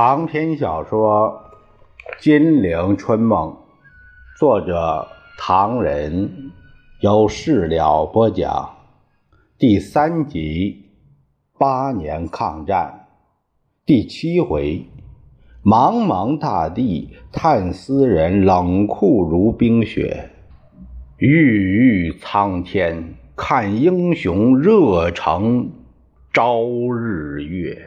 长篇小说《金陵春梦》，作者唐人，由事了播讲。第3集，8年抗战，第7回，茫茫大地，叹斯人冷酷如冰雪，郁郁苍天，看英雄热成朝日月。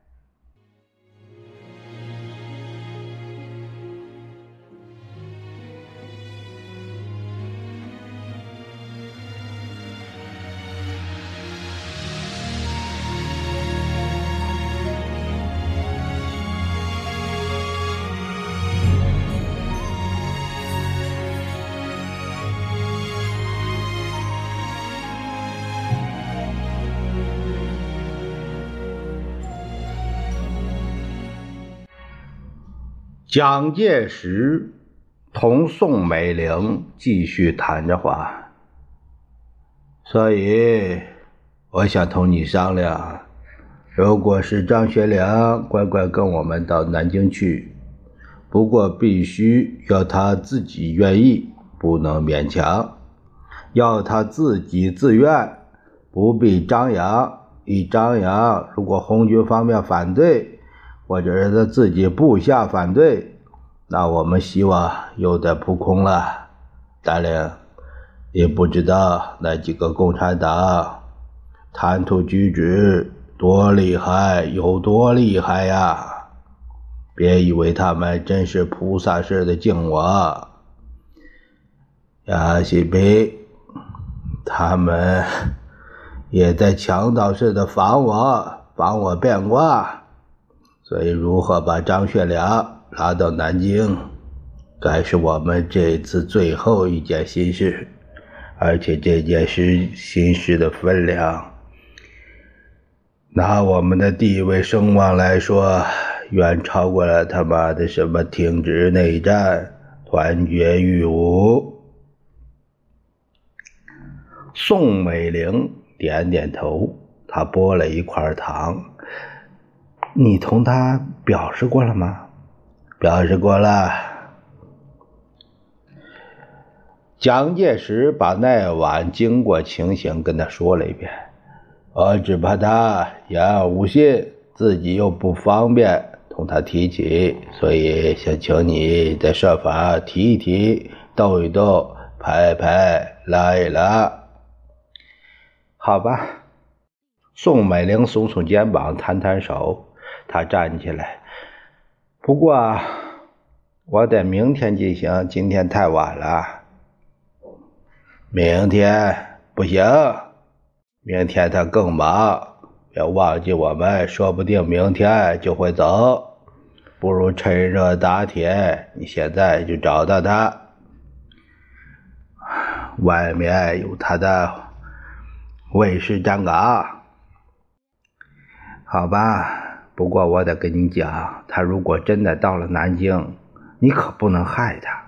蒋介石同宋美龄继续谈着话，所以我想同你商量，如果是张学良乖乖跟我们到南京去，不过必须要他自己愿意，不能勉强，要他自己自愿，不必张扬，一张扬，如果红军方面反对，或者是他自己部下反对，那我们希望又得扑空了。大领，也不知道那几个共产党谈吐举止多厉害，有多厉害呀！别以为他们真是菩萨似的敬我，呀西北，他们也在强盗似的防我变卦。所以如何把张学良拉到南京，该是我们这次最后一件心事，而且这件心事的分量，拿我们的地位声望来说，远超过了他妈的什么停止内战、团结御侮。宋美龄点点头，她剥了一块糖。你同他表示过了吗？表示过了。蒋介石把那晚经过情形跟他说了一遍，我只怕他言而无信，自己又不方便同他提起，所以想请你再设法提一提，逗一逗，拍一拍，拉一拉。好吧。宋美龄耸耸肩膀，摊摊手，他站起来，不过我得明天进行，今天太晚了。明天不行，明天他更忙，别忘记我们说不定明天就会走，不如趁热打铁，你现在就找到他，外面有他的卫士站岗。好吧，不过我得跟你讲，他如果真的到了南京，你可不能害他。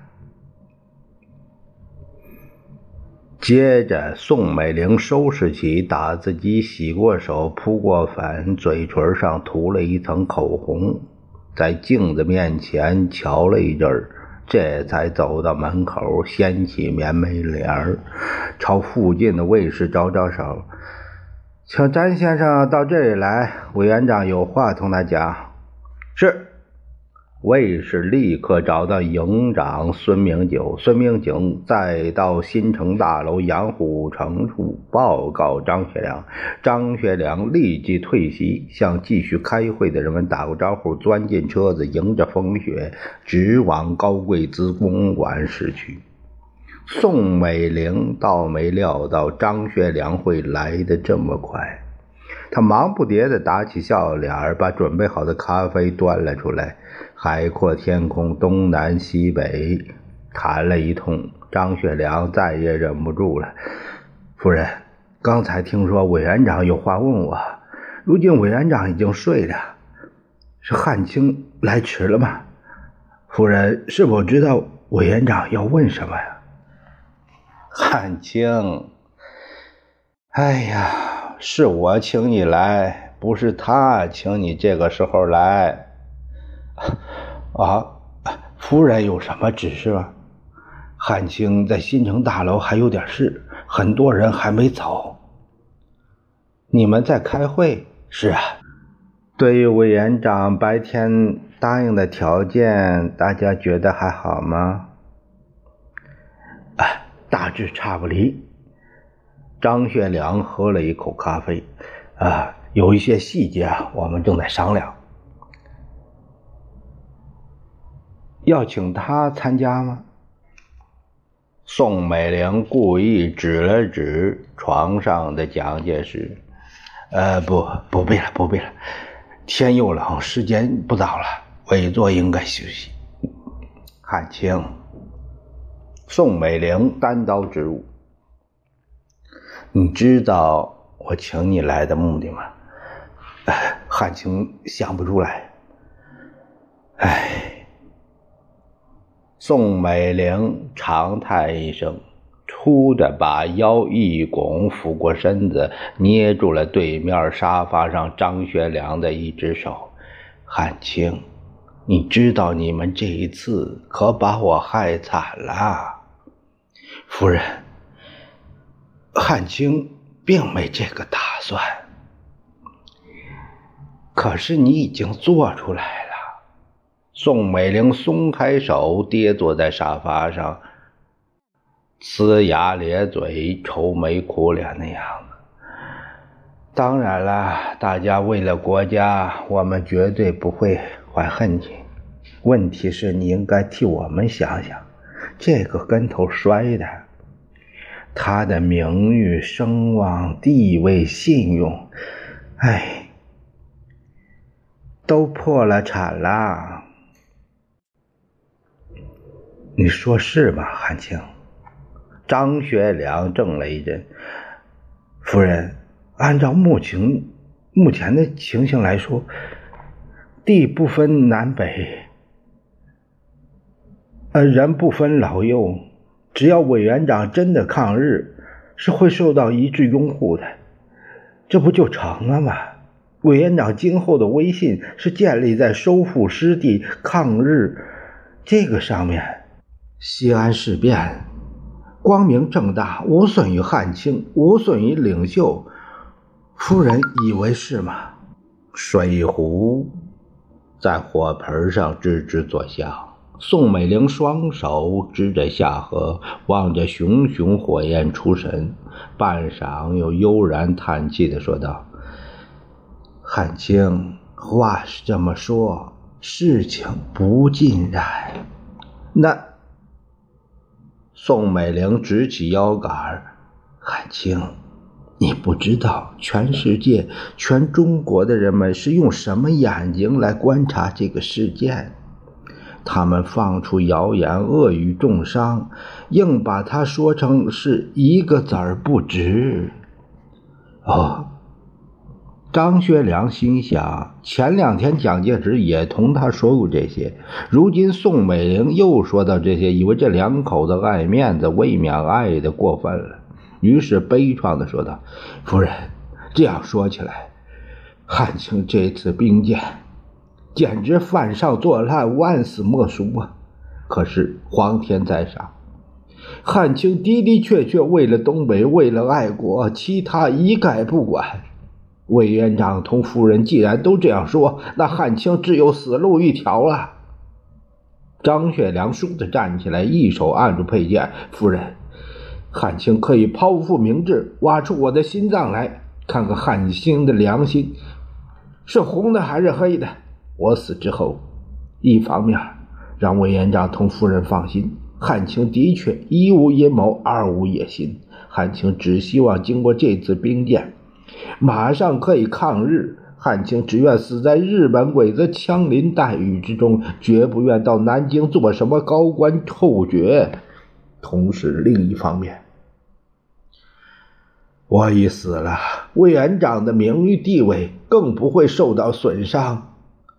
接着宋美龄收拾起打字机，洗过手，铺过粉，嘴唇上涂了一层口红，在镜子面前瞧了一阵儿，这才走到门口，掀起棉眉帘，朝附近的卫士招招手，请詹先生到这里来，委员长有话同他讲。是。卫士立刻找到营长孙明九，孙明九再到新城大楼杨虎城处报告张学良。张学良立即退席，向继续开会的人们打过招呼，钻进车子，迎着风雪直往高贵滋公馆驶去。宋美龄倒没料到张学良会来得这么快，他忙不迭地打起笑脸，把准备好的咖啡端了出来。海阔天空，东南西北谈了一通，张学良再也忍不住了。夫人，刚才听说委员长有话问我，如今委员长已经睡了，是汉卿来迟了吗？夫人是否知道委员长要问什么呀？汉卿，哎呀，是我请你来，不是他请你这个时候来。 啊，夫人有什么指示吗？汉卿在新城大楼还有点事，很多人还没走。你们在开会？是啊。对于委员长白天答应的条件，大家觉得还好吗？大致差不离。张学良喝了一口咖啡。有一些细节我们正在商量。要请他参加吗？宋美龄故意指了指床上的蒋介石。不必了，天又冷，时间不早了，委座应该休息。汉卿，宋美龄单刀直入。你知道我请你来的目的吗？汉卿想不出来。宋美龄长叹一声，突地把腰一拱，俯过身子，捏住了对面沙发上张学良的一只手。汉卿，你知道你们这一次可把我害惨了。夫人，汉卿并没这个打算。可是你已经做出来了。宋美龄松开手，跌坐在沙发上，呲牙咧嘴，愁眉苦脸的样子。当然了，大家为了国家，我们绝对不会怀恨情。问题是你应该替我们想想，这个跟头摔的，他的名誉、声望、地位、信用，都破了产了。你说是吗，汉卿？张学良怔了一阵。夫人，按照目前的情形来说，地不分南北，人不分老幼，只要委员长真的抗日，是会受到一致拥护的，这不就成了吗？委员长今后的威信是建立在收复失地、抗日这个上面。西安事变光明正大，无损于汉卿，无损于领袖，夫人以为是吗？水壶在火盆上吱吱作响。宋美龄双手支着下颌，望着熊熊火焰出神，半晌又悠然叹气地说道：汉卿，话是这么说，事情不尽然。那宋美龄直起腰杆。汉卿，你不知道全世界、全中国的人们是用什么眼睛来观察这个事件？他们放出谣言，恶语重伤，硬把它说成是一个子儿不值。张学良心想，前2天蒋介石也同他说过这些，如今宋美龄又说到这些，以为这两口子爱面子，未免爱得过分了，于是悲怆地说道：夫人，这样说起来，汉卿这次兵谏简直犯上作烂，万死莫赎啊！可是皇天在上，汉卿的的确确为了东北，为了爱国，其他一概不管。委员长同夫人既然都这样说，那汉卿只有死路一条了。张学良倏地站起来，一手按住佩剑：夫人，汉卿可以剖腹明志，挖出我的心脏来，看看汉卿的良心是红的还是黑的。我死之后，一方面让委员长同夫人放心，汉卿的确一无阴谋，二无野心，汉卿只希望经过这次兵谏，马上可以抗日。汉卿只愿死在日本鬼子枪林弹雨之中，绝不愿到南京做什么高官厚爵。同时另一方面，我已死了，委员长的名誉地位更不会受到损伤。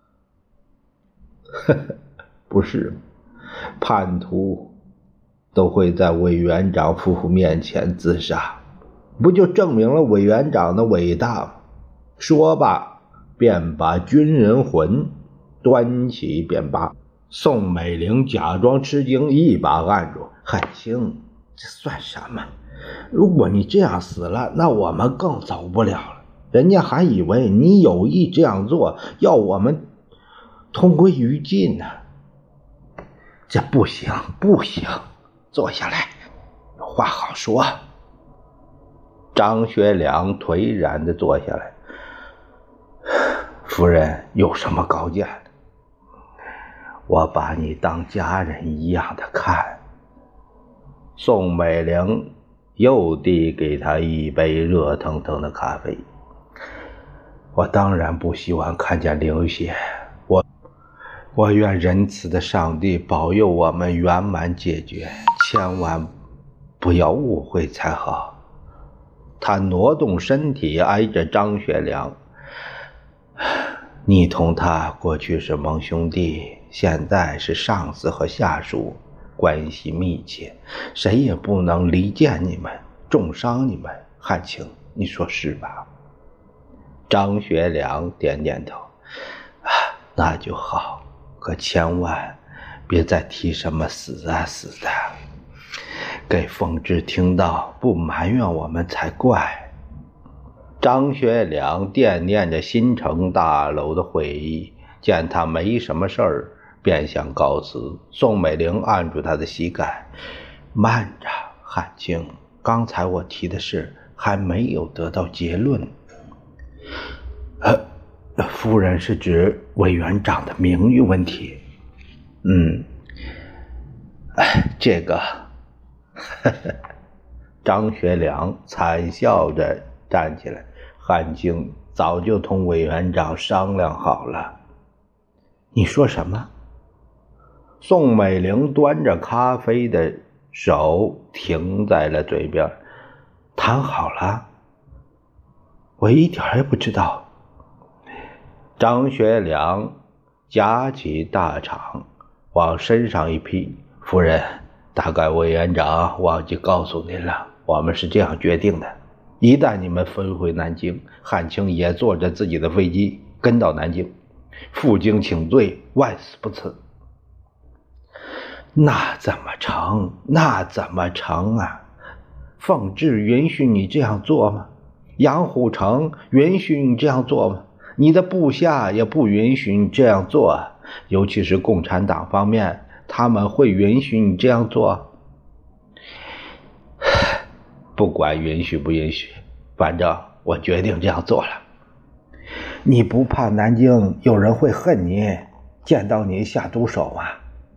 不是，叛徒都会在委员长夫妇面前自杀，不就证明了委员长的伟大吗？说罢便把军人魂端起便拔。宋美龄假装吃惊，一把按住。汉卿，这算什么？如果你这样死了，那我们更走不了了。人家还以为你有意这样做，要我们同归于尽呢。这不行，不行，坐下来，有话好说。张学良颓然地坐下来。夫人有什么高见？我把你当家人一样的看。宋美龄又递给他一杯热腾腾的咖啡。我当然不希望看见流血，我愿仁慈的上帝保佑我们圆满解决，千万不要误会才好。他挪动身体挨着张学良。你同他过去是盟兄弟，现在是上司和下属，关系密切，谁也不能离间你们，重伤你们。汉卿，你说是吧？张学良点点头。那就好，可千万别再提什么死啊死的，给凤芝听到，不埋怨我们才怪。张学良惦念着新城大楼的会议，见他没什么事儿，便想告辞。宋美龄按住他的膝盖。慢着，汉卿，刚才我提的事还没有得到结论。夫人是指委员长的名誉问题。这个张学良惨笑着站起来。汉卿早就同委员长商量好了。你说什么？宋美龄端着咖啡的手停在了嘴边。谈好了？我一点也不知道。张学良夹起大肠往身上一披。夫人，大概委员长忘记告诉您了，我们是这样决定的。一旦你们飞回南京，汉卿也坐着自己的飞机跟到南京，负荆请罪，万死不辞。那怎么成？那怎么成啊？凤芝允许你这样做吗？杨虎城允许你这样做吗？你的部下也不允许你这样做，尤其是共产党方面，他们会允许你这样做？不管允许不允许，反正我决定这样做了。你不怕南京有人会恨你，见到你下毒手吗？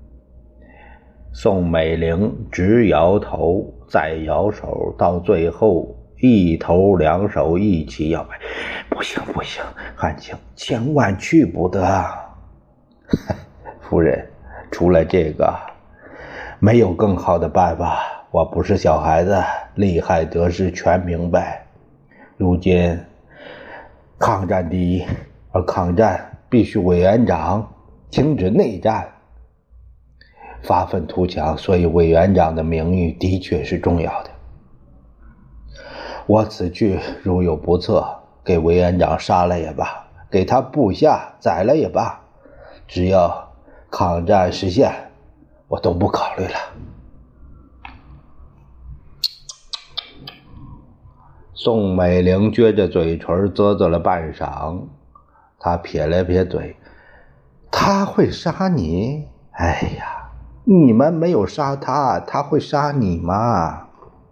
宋美龄直摇头再摇手，到最后一头两手一起摇摆。不行不行，汉卿千万去不得。夫人，除了这个没有更好的办法。我不是小孩子，利害得失全明白。如今抗战第一，而抗战必须委员长停止内战，发愤图强，所以委员长的名誉的确是重要的。我此去如有不测，给委员长杀了也罢，给他部下宰了也罢，只要抗战实现，我都不考虑了。宋美龄撅着嘴唇啧啧了半晌，她撇了撇嘴。他会杀你？哎呀，你们没有杀他，他会杀你吗？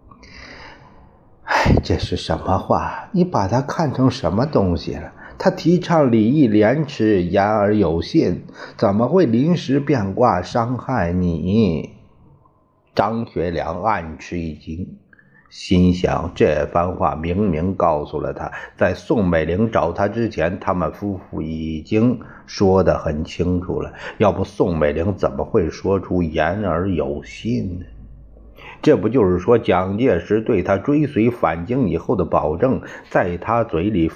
哎，这是什么话？你把他看成什么东西了？他提倡礼义廉耻，言而有信，怎么会临时变卦伤害你？张学良暗吃一惊，心想这番话明明告诉了他，在宋美龄找他之前，他们夫妇已经说得很清楚了，要不宋美龄怎么会说出言而有信呢？这不就是说蒋介石对他追随返京以后的保证，在他嘴里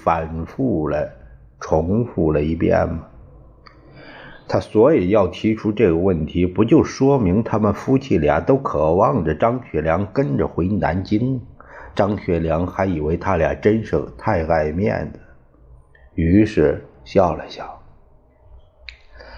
重复了一遍吗？他所以要提出这个问题，不就说明他们夫妻俩都渴望着张学良跟着回南京？张学良还以为他俩真是太爱面子，于是笑了笑。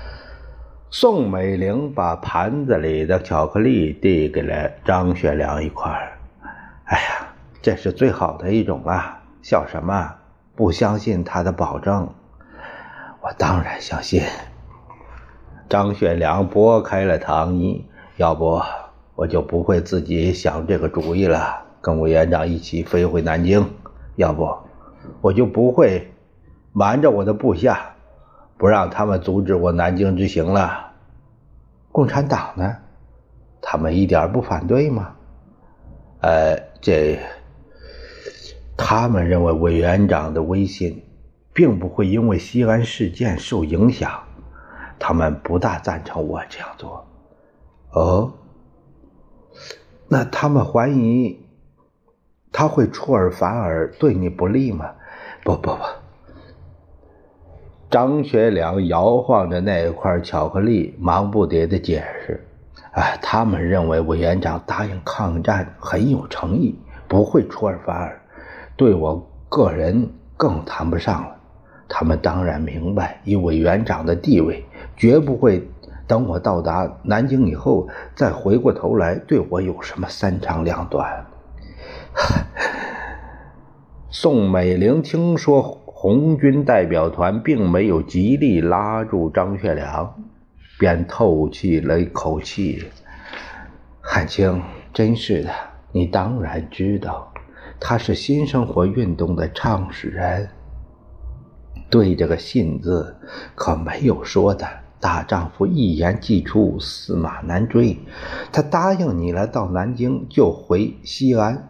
宋美龄把盘子里的巧克力递给了张学良一块。哎呀，这是最好的一种啊，笑什么？不相信他的保证？我当然相信。张学良拨开了糖衣，要不我就不会自己想这个主意了，跟委员长一起飞回南京，要不我就不会瞒着我的部下，不让他们阻止我南京之行了。共产党呢？他们一点不反对吗？他们认为委员长的威信并不会因为西安事件受影响，他们不大赞成我这样做。哦，那他们怀疑他会出尔反尔，对你不利吗？不。张学良摇晃着那块巧克力，忙不迭地解释：他们认为委员长答应抗战很有诚意，不会出尔反尔，对我个人更谈不上了。他们当然明白，以委员长的地位，绝不会等我到达南京以后再回过头来对我有什么三长两短。宋美龄听说红军代表团并没有极力拉住张学良，便透气了一口气。汉卿，真是的，你当然知道，他是新生活运动的创始人，对这个信字可没有说的大丈夫一言既出，驷马难追。他答应你了，到南京就回西安，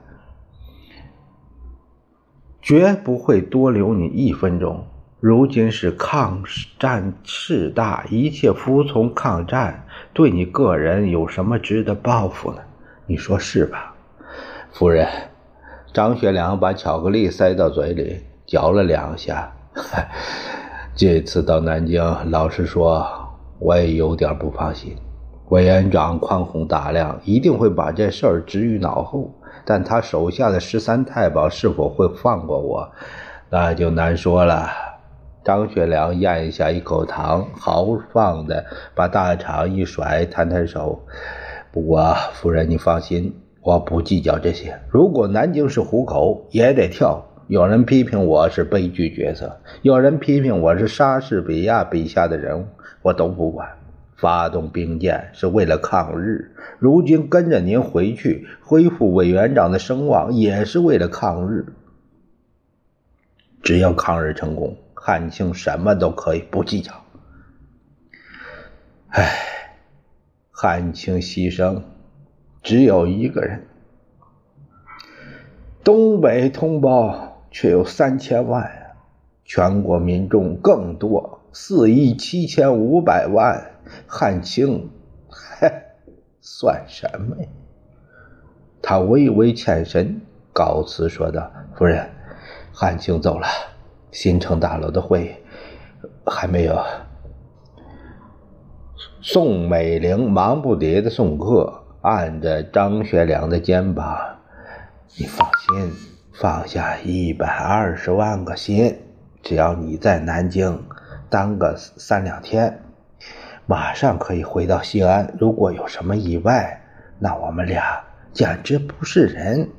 绝不会多留你1分钟。如今是抗战事大，一切服从抗战，对你个人有什么值得报复呢？你说是吧？夫人，张学良把巧克力塞到嘴里嚼了2下。这次到南京，老实说我也有点不放心。委员长宽宏大量，一定会把这事儿置于脑后，但他手下的13太保是否会放过我，那就难说了。张学良咽下一口糖，豪放的把大肠一甩，摊手。不过夫人你放心，我不计较这些，如果南京是虎口也得跳。有人批评我是悲剧角色，有人批评我是莎士比亚笔下的人物，我都不管。发动兵谏是为了抗日，如今跟着您回去恢复委员长的声望也是为了抗日。只要抗日成功，汉卿什么都可以不计较。汉卿牺牲只有一个人，东北同胞却有3000万，全国民众更多，47500万。汉卿算什么呀？他微微欠身，告辞说道：夫人，汉卿走了，新城大楼的会还没有。宋美龄忙不迭的送客，按着张学良的肩膀：你放心，放下120万个心，只要你在南京当个3、2天，马上可以回到西安。如果有什么意外，那我们俩简直不是人。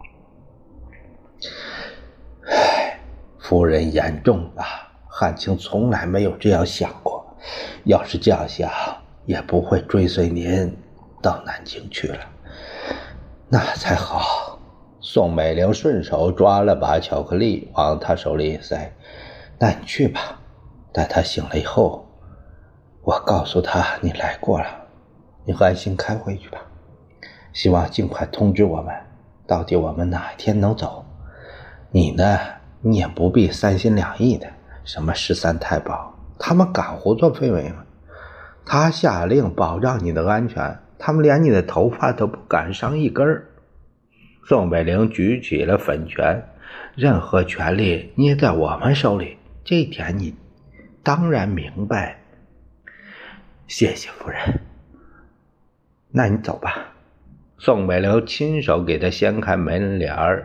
夫人言重了，汉卿从来没有这样想过，要是这样想，也不会追随您到南京去了。那才好。宋美龄顺手抓了把巧克力往他手里塞，那你去吧，待他醒了以后，我告诉他你来过了，你安心开会去吧。希望尽快通知我们，到底我们哪一天能走。你呢，你也不必3心2意的，什么13太保，他们敢胡作非为吗？他下令保障你的安全，他们连你的头发都不敢伤一根儿。宋美龄举起了粉拳，任何权力捏在我们手里，这一点你当然明白。谢谢夫人。那你走吧。宋美龄亲手给他掀开门帘儿。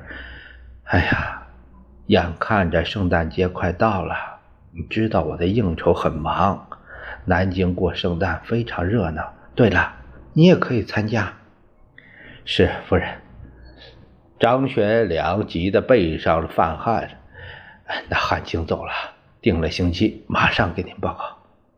眼看着圣诞节快到了，你知道我的应酬很忙， 南京过圣诞非常热闹。对了，你也可以参加。是，夫人。张学良急得背上泛汗。那汉卿走了，定了星期，马上给您报告。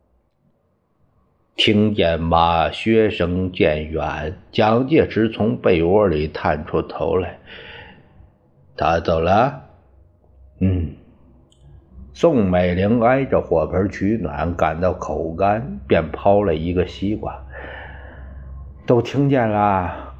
听见马靴声渐远，蒋介石从被窝里探出头来。他走了？宋美龄挨着火盆取暖，感到口干，便抛了一个西瓜。都听见了？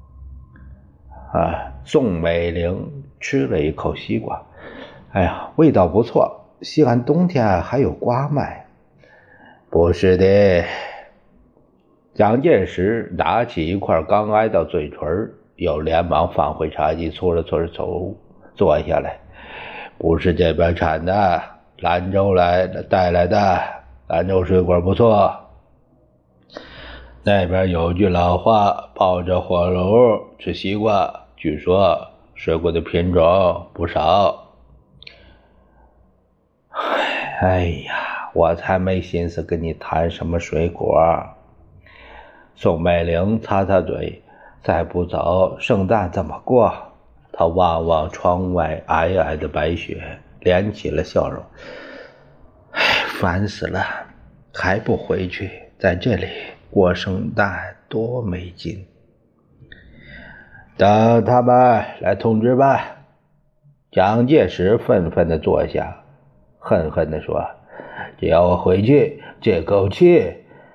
宋美龄吃了一口西瓜。哎呀，味道不错，西安冬天还有瓜卖。不是的。蒋介石拿起一块刚挨到嘴唇，又连忙放回茶几，搓了搓手，坐下来。不是这边产的，兰州带来的，兰州水果不错。那边有句老话，抱着火炉吃西瓜，据说水果的品种不少。哎呀，我才没心思跟你谈什么水果。宋美龄擦擦嘴，再不走，圣诞怎么过？她望望窗外皑皑的白雪，敛起了笑容。烦死了，还不回去，在这里过圣诞多没劲。等他们来通知吧。蒋介石愤愤地坐下，恨恨地说：只要我回去，这口气，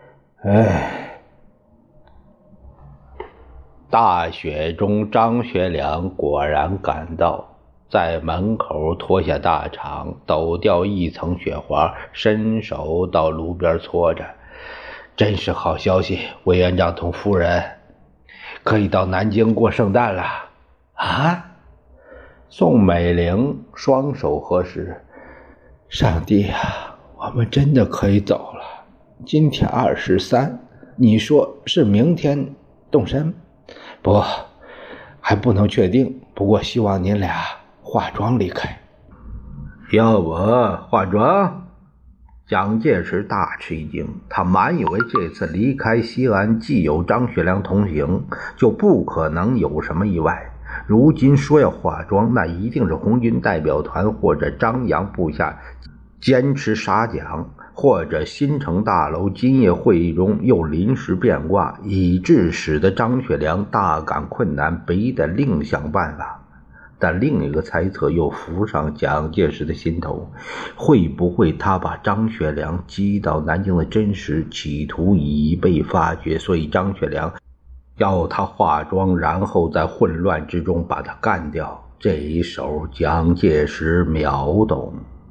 大雪中，张学良果然赶到，在门口脱下大氅，抖掉一层雪花，伸手到炉边搓着。真是好消息，委员长同夫人可以到南京过圣诞了。啊！宋美龄双手合十，上帝啊，我们真的可以走了。今天23，你说是明天动身？不，还不能确定，不过希望您俩化妆离开。要我化妆？蒋介石大吃一惊，他满以为这次离开西安既有张学良同行，就不可能有什么意外。如今说要化妆，那一定是红军代表团或者张杨部下坚持杀蒋，或者新城大楼今夜会议中又临时变卦，以致使得张学良大感困难，逼得另想办法。但另一个猜测又浮上蒋介石的心头，会不会他把张学良击到南京的真实企图已被发觉，所以张学良要他化妆，然后在混乱之中把他干掉。这一手蒋介石秒懂。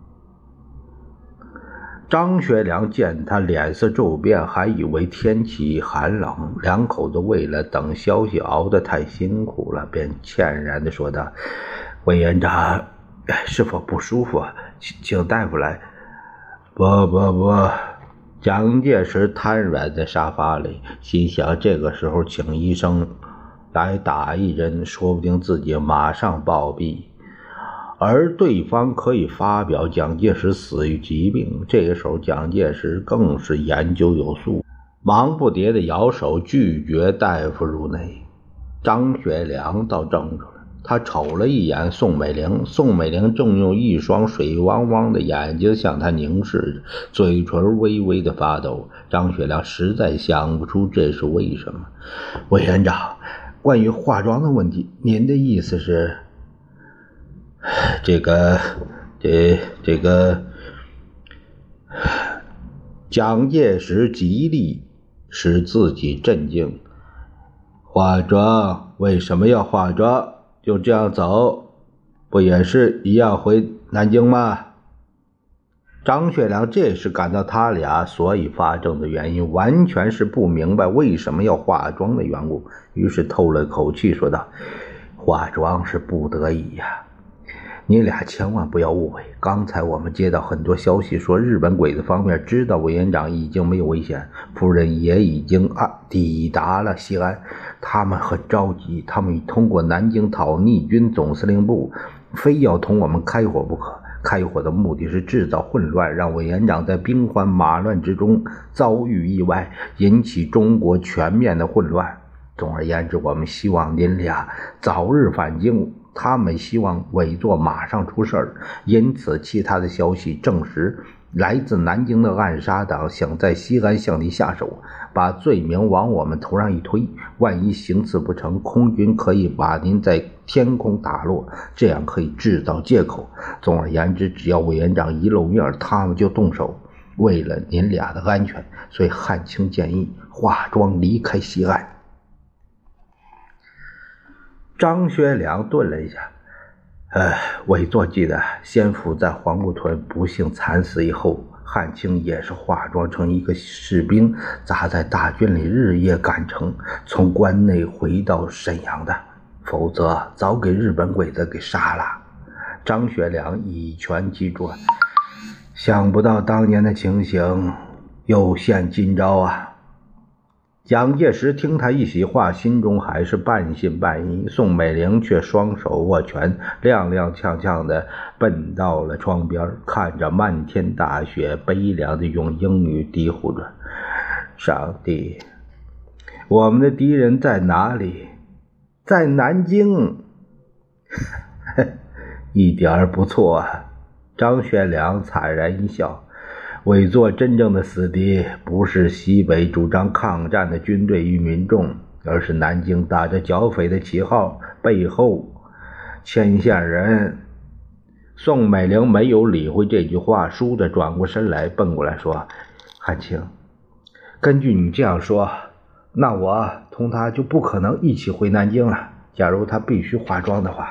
张学良见他脸色骤变，还以为天气寒冷，两口子为了等消息熬得太辛苦了，便歉然地说道：委员长是否不舒服？请大夫来。不，蒋介石瘫软在沙发里，心想这个时候请医生来打一针，说不定自己马上暴毙，而对方可以发表蒋介石死于疾病。这个时候蒋介石更是研究有素，忙不迭地摇手拒绝大夫入内。张学良倒怔住了，他瞅了一眼宋美龄，宋美龄正用一双水汪汪的眼睛向他凝视着，嘴唇微微的发抖。张学良实在想不出这是为什么。委员长，关于化妆的问题，您的意思是？这个蒋介石极力使自己镇静。化妆？为什么要化妆？就这样走，不也是一样回南京吗？张学良这时感到他俩所以发怔的原因，完全是不明白为什么要化妆的缘故，于是透了口气说道：化妆是不得已呀。你俩千万不要误会，刚才我们接到很多消息，说日本鬼子方面知道委员长已经没有危险，夫人也已经抵达了西安，他们很着急，他们已通过南京讨逆军总司令部，非要同我们开火不可。 开火的目的是制造混乱，让委员长在兵荒马乱之中遭遇意外，引起中国全面的混乱。总而言之，我们希望您俩早日返京，他们希望委座马上出事儿。因此其他的消息证实，来自南京的暗杀党想在西安向你下手，把罪名往我们头上一推，万一行刺不成，空军可以把您在天空打落，这样可以制造借口。总而言之，只要委员长一露面，他们就动手。为了您俩的安全，所以汉卿建议化妆离开西安。张学良顿了一下，委座记得先父在黄姑屯不幸惨死以后，汉卿也是化妆成一个士兵，扎在大军里日夜赶程，从关内回到沈阳的，否则早给日本鬼子给杀了。张学良一拳击住，想不到当年的情形又现今朝啊！蒋介石听他一席话，心中还是半信半疑。宋美龄却双手握拳，踉踉跄跄地奔到了窗边，看着漫天大雪，悲凉地用英语嘀咕着：“上帝，我们的敌人在哪里？在南京。”一点不错啊！张学良惨然一笑。委座真正的死敌不是西北主张抗战的军队与民众，而是南京打着剿匪的旗号背后牵线人。宋美龄没有理会这句话，倏地转过身来，奔过来说：“汉卿，根据你这样说，那我同他就不可能一起回南京了。假如他必须化妆的话。”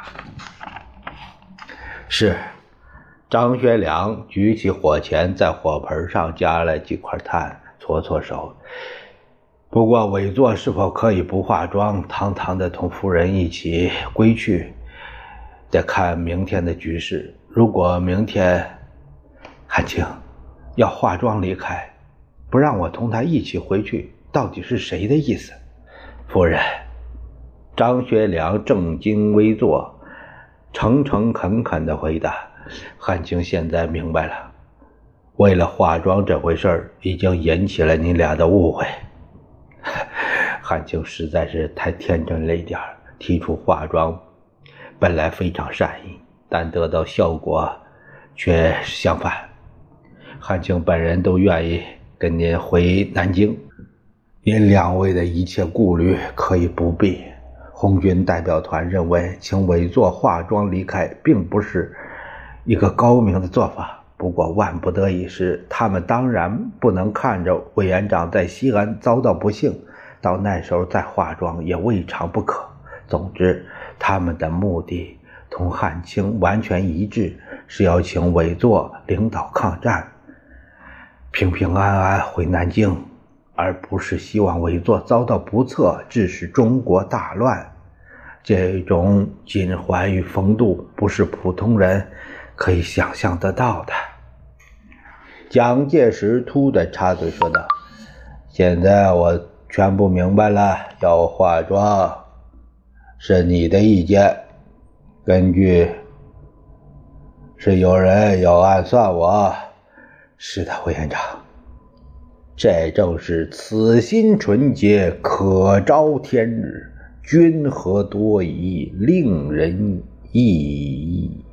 是。张学良举起火钳，在火盆上加了几块炭，搓搓手。不过委座是否可以不化妆，堂堂的同夫人一起归去，得看明天的局势。如果明天汉卿要化妆离开，不让我同他一起回去，到底是谁的意思？夫人，张学良正襟危坐，诚诚恳恳地回答。汉卿现在明白了，为了化妆这回事儿，已经引起了你俩的误会。汉卿实在是太天真了一点，提出化妆本来非常善意，但得到效果却相反。汉卿本人都愿意跟您回南京，您两位的一切顾虑可以不必。红军代表团认为请委座化妆离开并不是一个高明的做法，不过万不得已时，他们当然不能看着委员长在西安遭到不幸，到那时候再化妆也未尝不可。总之，他们的目的同汉卿完全一致，是要请委座领导抗战，平平安安回南京，而不是希望委座遭到不测，致使中国大乱。这种襟怀与风度不是普通人可以想象得到的。蒋介石突地插嘴说道：“现在我全部明白了，要化妆是你的意见，根据是有人要暗算我。”“是的，委员长，这正是此心纯洁，可昭天日，君何多疑，令人异议。”